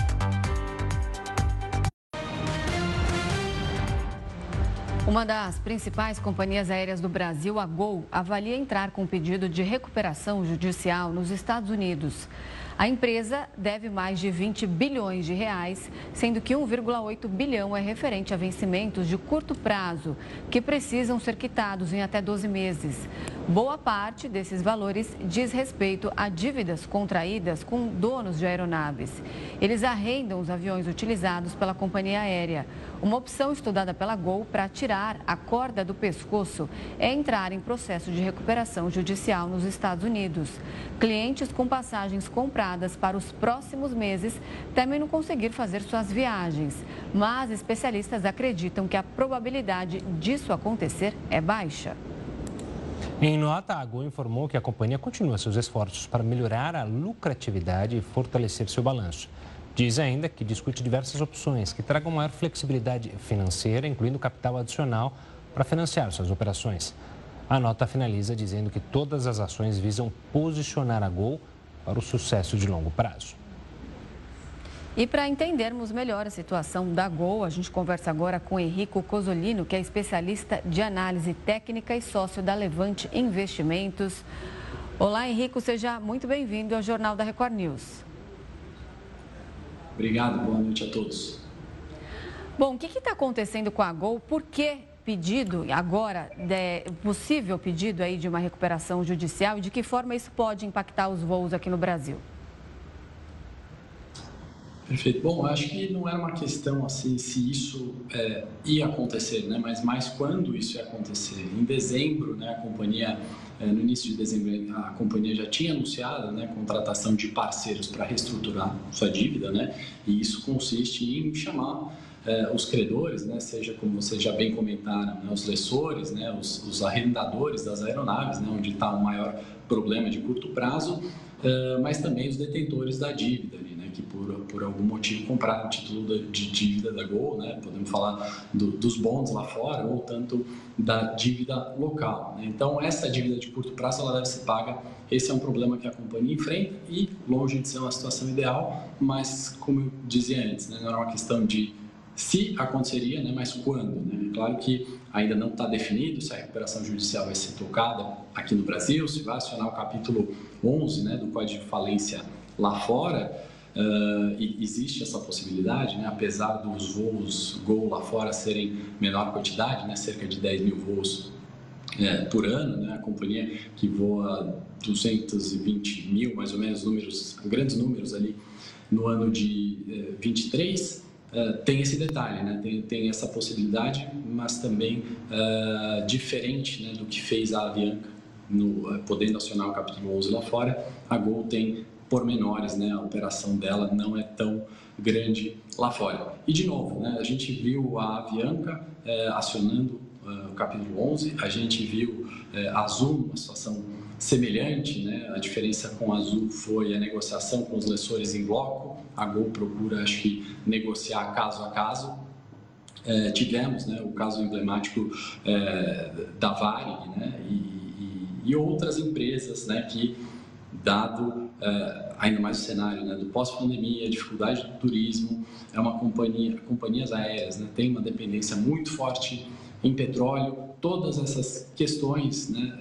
Uma das principais companhias aéreas do Brasil, a Gol, avalia entrar com pedido de recuperação judicial nos Estados Unidos. A empresa deve mais de vinte bilhões de reais, sendo que um vírgula oito bilhão é referente a vencimentos de curto prazo, que precisam ser quitados em até doze meses. Boa parte desses valores diz respeito a dívidas contraídas com donos de aeronaves. Eles arrendam os aviões utilizados pela companhia aérea. Uma opção estudada pela Gol para tirar a corda do pescoço é entrar em processo de recuperação judicial nos Estados Unidos. Clientes com passagens compradas para os próximos meses temem não conseguir fazer suas viagens, mas especialistas acreditam que a probabilidade disso acontecer é baixa. Em nota, a Gol informou que a companhia continua seus esforços para melhorar a lucratividade e fortalecer seu balanço. Diz ainda que discute diversas opções que tragam maior flexibilidade financeira, incluindo capital adicional para financiar suas operações. A nota finaliza dizendo que todas as ações visam posicionar a Gol para o sucesso de longo prazo. E para entendermos melhor a situação da Gol, a gente conversa agora com Henrico Cosolino, que é especialista de análise técnica e sócio da Levante Investimentos. Olá, Henrico, seja muito bem-vindo ao Jornal da Record News. Obrigado, boa noite a todos. Bom, o que está acontecendo com a Gol? Por que pedido agora, de, possível pedido aí de uma recuperação judicial e de que forma isso pode impactar os voos aqui no Brasil? Perfeito. Bom, eu acho que não era uma questão assim se isso é, ia acontecer, né? Mas mais quando isso ia acontecer. Em dezembro, né, a companhia, é, no início de dezembro, a companhia já tinha anunciado, né, contratação de parceiros para reestruturar sua dívida, né? E isso consiste em chamar é, os credores, né, seja como vocês já bem comentaram, né, os lessores, né, os, os arrendadores das aeronaves, né, onde está o maior problema de curto prazo, é, mas também os detentores da dívida, né, que por, por algum motivo compraram o título de dívida da Gol, né, podemos falar do, dos bonds lá fora ou tanto da dívida local, né. Então, essa dívida de curto prazo ela deve ser paga. Esse é um problema que a companhia enfrenta e longe de ser uma situação ideal, mas como eu dizia antes, né, não era uma questão de se aconteceria, né, mas quando, né? Claro que ainda não está definido se a recuperação judicial vai ser tocada aqui no Brasil, se vai acionar o capítulo onze, né, do Código de Falência lá fora, uh, e existe essa possibilidade, né, apesar dos voos Gol lá fora serem menor quantidade, né, cerca de dez mil voos é, por ano, né, a companhia que voa duzentos e vinte mil, mais ou menos, números, grandes números ali no ano de eh, vinte e três, Uh, tem esse detalhe, né? tem, tem essa possibilidade, mas também uh, diferente, né, do que fez a Avianca, no, uh, podendo acionar o capítulo onze lá fora, a Gol tem pormenores, né? A operação dela não é tão grande lá fora. E de novo, né, a gente viu a Avianca uh, acionando uh, o capítulo onze, a gente viu uh, a Azul numa situação semelhante, né? A diferença com a Azul foi a negociação com os lessores em bloco. A Gol procura, acho que, negociar caso a caso. É, tivemos, né, o caso emblemático é, da Varig, né, e, e, e outras empresas, né, que, dado é, ainda mais o cenário, né, do pós-pandemia, a dificuldade do turismo, é uma companhia, companhias aéreas, né, tem uma dependência muito forte em petróleo, todas essas questões, né,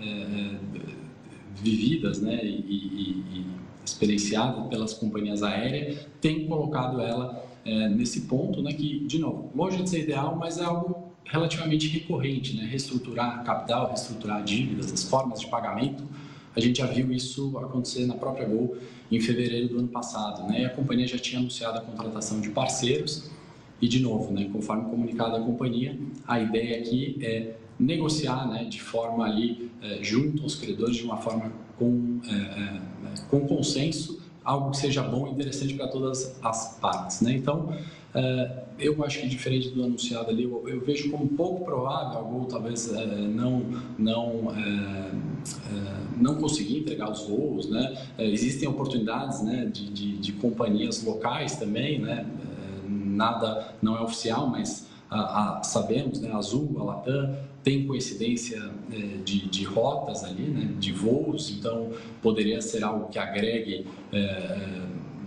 é, vividas, né, e, e, e experienciadas pelas companhias aéreas, têm colocado ela é, nesse ponto, né, que, de novo, longe de ser ideal, mas é algo relativamente recorrente, né, reestruturar capital, reestruturar dívidas, as formas de pagamento. A gente já viu isso acontecer na própria Gol em fevereiro do ano passado, né, e a companhia já tinha anunciado a contratação de parceiros e, de novo, né, conforme comunicado da companhia, a ideia aqui é negociar, né, de forma ali, é, junto aos credores, de uma forma com, é, é, com consenso, algo que seja bom e interessante para todas as partes, né? Então, é, eu acho que diferente do anunciado ali, eu, eu vejo como pouco provável a Gol talvez é, não, não, é, é, não conseguir entregar os voos, né? É, existem oportunidades, né, de, de, de companhias locais também, né? É, nada não é oficial, mas a, a, sabemos, né, a Azul, a Latam, tem coincidência é, de, de rotas ali, né, de voos, então poderia ser algo que agregue é,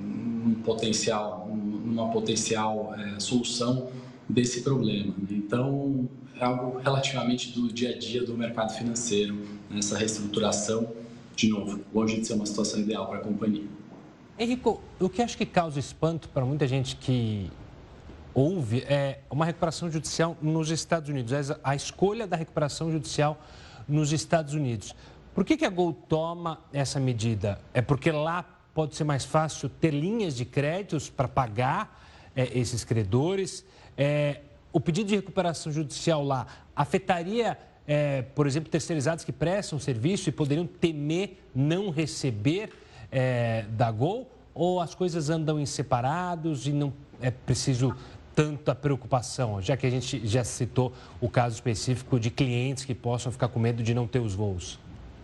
um potencial, uma potencial é, solução desse problema. Então, é algo relativamente do dia a dia do mercado financeiro, essa reestruturação, de novo, longe de ser uma situação ideal para a companhia. Henrico, o que acho que causa espanto para muita gente que houve é uma recuperação judicial nos Estados Unidos, a escolha da recuperação judicial nos Estados Unidos. Por que que a Gol toma essa medida? É porque lá pode ser mais fácil ter linhas de créditos para pagar é, esses credores? É, o pedido de recuperação judicial lá afetaria, é, por exemplo, terceirizados que prestam serviço e poderiam temer não receber é, da Gol? Ou as coisas andam em separados e não é preciso tanta preocupação, já que a gente já citou o caso específico de clientes que possam ficar com medo de não ter os voos?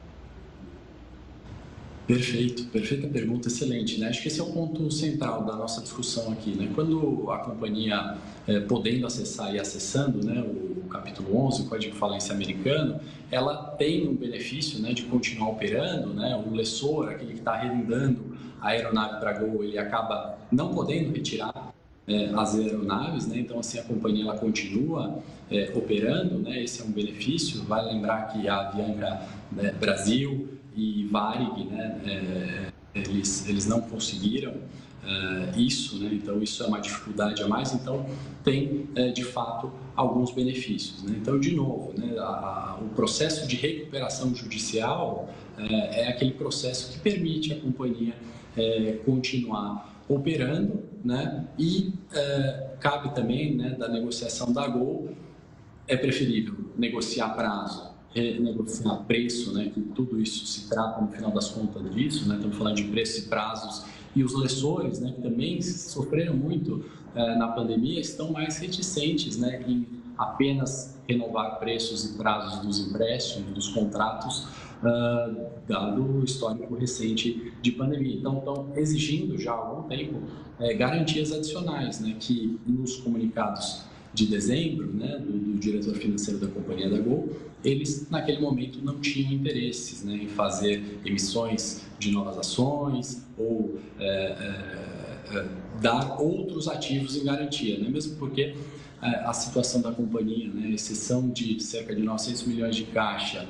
Perfeito, perfeita pergunta, excelente, né? Acho que esse é o ponto central da nossa discussão aqui, né? Quando a companhia, é, podendo acessar e acessando, né, o capítulo onze, o Código de Falência americano, ela tem um benefício, né, de continuar operando, né? O lessor, aquele que está arrendando a aeronave para a Gol, ele acaba não podendo retirar É, as aeronaves, né? Então assim a companhia ela continua é, operando, né? Esse é um benefício. Vale lembrar que a Avianca, né, Brasil e Varig, né, é, eles eles não conseguiram é, isso, né? Então isso é uma dificuldade a mais. Então tem é, de fato alguns benefícios, né? Então de novo, né, a, a, o processo de recuperação judicial é, é aquele processo que permite a companhia é, continuar operando, né? E é, cabe também, né, da negociação da Gol, é preferível negociar prazo, renegociar preço, né? Que tudo isso se trata no final das contas disso, né? Estamos falando de preços e prazos, e os lessores, né, que também sofreram muito é, na pandemia, estão mais reticentes, né, em apenas renovar preços e prazos dos empréstimos, dos contratos, Uh, dado o histórico recente de pandemia. Então, estão exigindo já há algum tempo é, garantias adicionais, né, que nos comunicados de dezembro, né, do, do diretor financeiro da companhia da Gol, eles naquele momento não tinham interesses, né, em fazer emissões de novas ações ou é, é, é, dar outros ativos em garantia, né, mesmo porque é, a situação da companhia, né, exceção de cerca de novecentos milhões de caixa,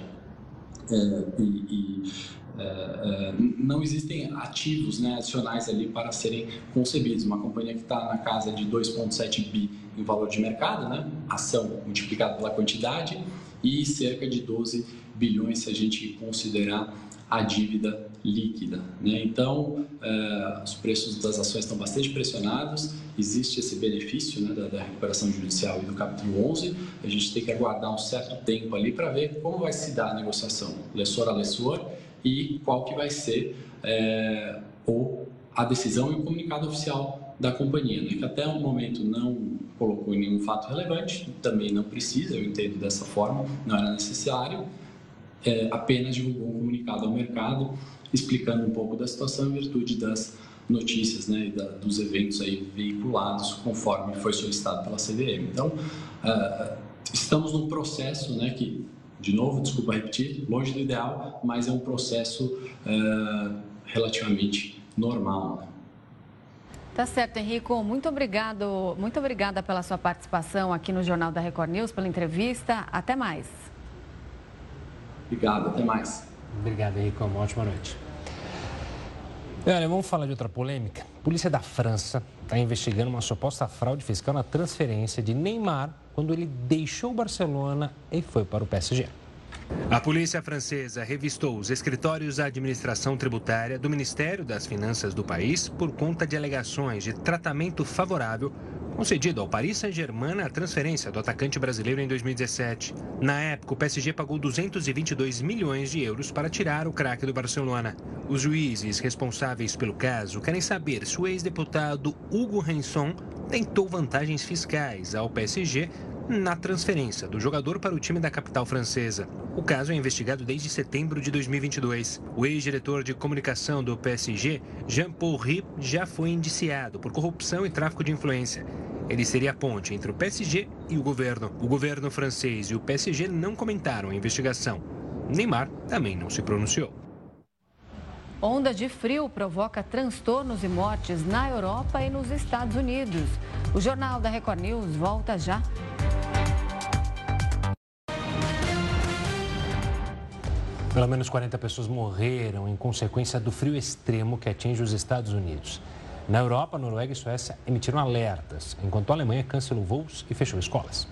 É, e, e é, é, não existem ativos, né, adicionais ali para serem concebidos. Uma companhia que está na casa de dois vírgula sete bi em valor de mercado, né, ação multiplicada pela quantidade, e cerca de doze bilhões se a gente considerar a dívida líquida, né? Então, é, os preços das ações estão bastante pressionados, existe esse benefício, né, da, da recuperação judicial e do capítulo onze, a gente tem que aguardar um certo tempo ali para ver como vai se dar a negociação, lessor a lessor, e qual que vai ser é, o, a decisão e o comunicado oficial da companhia, né, que até o momento não colocou nenhum fato relevante, também não precisa, eu entendo dessa forma, não era necessário. é, apenas divulgou um comunicado ao mercado explicando um pouco da situação em virtude das notícias, né, e da, dos eventos aí veiculados conforme foi solicitado pela C V M. Então, uh, estamos num processo, né, que, de novo, desculpa repetir, longe do ideal, mas é um processo uh, relativamente normal, né? Tá certo, Henrico. Muito obrigado, muito obrigada pela sua participação aqui no Jornal da Record News, pela entrevista. Até mais. Obrigado, até mais. Obrigado, Henrico. Uma ótima noite. Olha, vamos falar de outra polêmica. A polícia da França está investigando uma suposta fraude fiscal na transferência de Neymar quando ele deixou o Barcelona e foi para o P S G. A polícia francesa revistou os escritórios da administração tributária do Ministério das Finanças do país por conta de alegações de tratamento favorável concedido ao Paris Saint-Germain na transferência do atacante brasileiro em dois mil e dezessete. Na época, o P S G pagou duzentos e vinte e dois milhões de euros para tirar o craque do Barcelona. Os juízes responsáveis pelo caso querem saber se o ex-deputado Hugo Renson tentou vantagens fiscais ao P S G na transferência do jogador para o time da capital francesa. O caso é investigado desde setembro de dois mil e vinte e dois. O ex-diretor de comunicação do P S G, Jean-Paul Ripp, já foi indiciado por corrupção e tráfico de influência. Ele seria a ponte entre o P S G e o governo. O governo francês e o P S G não comentaram a investigação. Neymar também não se pronunciou. Onda de frio provoca transtornos e mortes na Europa e nos Estados Unidos. O Jornal da Record News volta já. Pelo menos quarenta pessoas morreram em consequência do frio extremo que atinge os Estados Unidos. Na Europa, Noruega e Suécia emitiram alertas, enquanto a Alemanha cancelou voos e fechou escolas.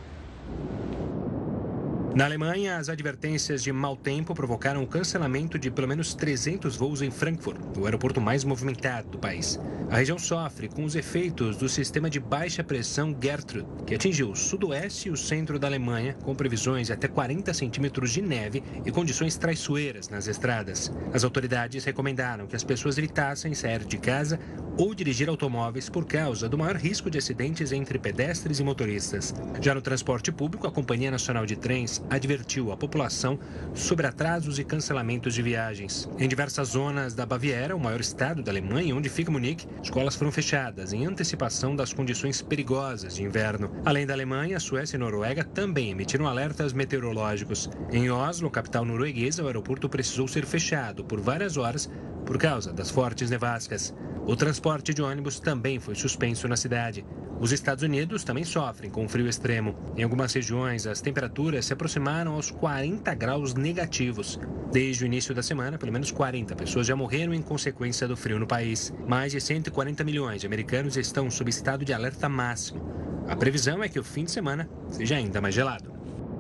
Na Alemanha, as advertências de mau tempo provocaram o cancelamento de pelo menos trezentos voos em Frankfurt, o aeroporto mais movimentado do país. A região sofre com os efeitos do sistema de baixa pressão Gertrude, que atingiu o sudoeste e o centro da Alemanha, com previsões de até quarenta centímetros de neve e condições traiçoeiras nas estradas. As autoridades recomendaram que as pessoas evitassem sair de casa ou dirigir automóveis por causa do maior risco de acidentes entre pedestres e motoristas. Já no transporte público, a Companhia Nacional de Trens advertiu a população sobre atrasos e cancelamentos de viagens. Em diversas zonas da Baviera, o maior estado da Alemanha, onde fica Munique, escolas foram fechadas em antecipação das condições perigosas de inverno. Além da Alemanha, Suécia e Noruega também emitiram alertas meteorológicos. Em Oslo, capital norueguesa, o aeroporto precisou ser fechado por várias horas por causa das fortes nevascas. O transporte de ônibus também foi suspenso na cidade. Os Estados Unidos também sofrem com o frio extremo. Em algumas regiões, as temperaturas se aproximaram aos quarenta graus negativos. Desde o início da semana, pelo menos quarenta pessoas já morreram em consequência do frio no país. Mais de cento e quarenta milhões de americanos estão sob estado de alerta máximo. A previsão é que o fim de semana seja ainda mais gelado.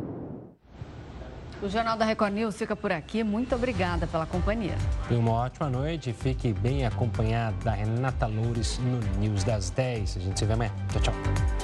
O Jornal da Record News fica por aqui. Muito obrigada pela companhia. E uma ótima noite. Fique bem acompanhado da Renata Loures no News das dez. A gente se vê amanhã. Tchau, tchau.